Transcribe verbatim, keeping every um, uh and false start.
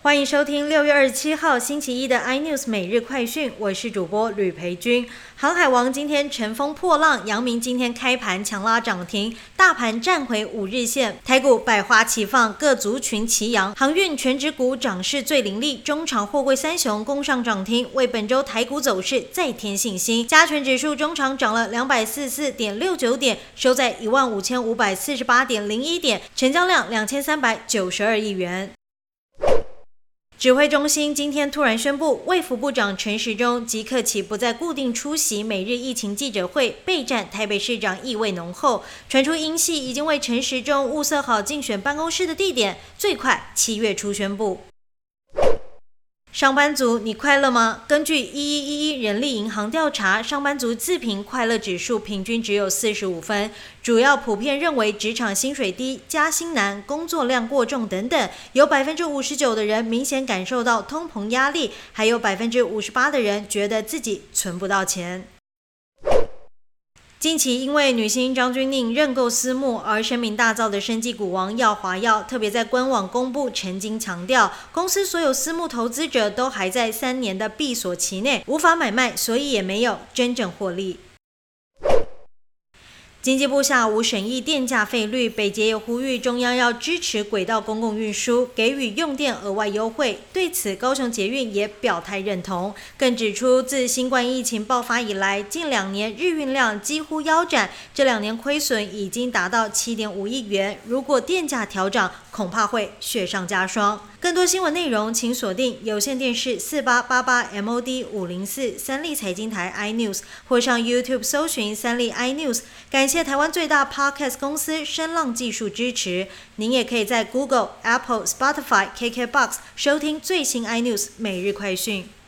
欢迎收听六月二十七号星期一的 iNews 每日快讯，我是主播吕培君。航海王今天乘风破浪，阳明今天开盘强拉涨停，大盘站回五日线，台股百花齐放，各族群齐扬，航运全指股涨势最凌厉，中长货柜三雄攻上涨停，为本周台股走势再添信心。加权指数中长涨了两百四十四点六九点，收在一万五千五百四十八点零一点，成交量两千三百九十二亿元。指挥中心今天突然宣布，卫福部长陈时中即刻起不再固定出席每日疫情记者会，备战台北市长意味浓厚。传出英系已经为陈时中物色好竞选办公室的地点，最快七月初宣布。上班族，你快乐吗？根据一一一一人力银行调查，上班族自评快乐指数平均只有四十五分，主要普遍认为职场薪水低、加薪难、工作量过重等等。有百分之五十九的人明显感受到通膨压力，还有百分之五十八的人觉得自己存不到钱。近期因为女星张钧甯认购私募而声名大噪的生技股王耀华药，特别在官网公布，曾经强调公司所有私募投资者都还在三年的闭锁期内，无法买卖，所以也没有真正获利。经济部下午审议电价费率，北捷也呼吁中央要支持轨道公共运输，给予用电额外优惠。对此，高雄捷运也表态认同，更指出自新冠疫情爆发以来，近两年日运量几乎腰斩，这两年亏损已经达到 七点五亿元。如果电价调涨，恐怕会雪上加霜。更多新闻内容，请锁定有线电视四八八八 M O D 五零四三立财经台 iNews， 或上 YouTube 搜寻三立 iNews。感谢台湾最大 Podcast 公司声浪技术支持。您也可以在 Google、Apple、Spotify、K K B O X 收听最新 iNews 每日快讯。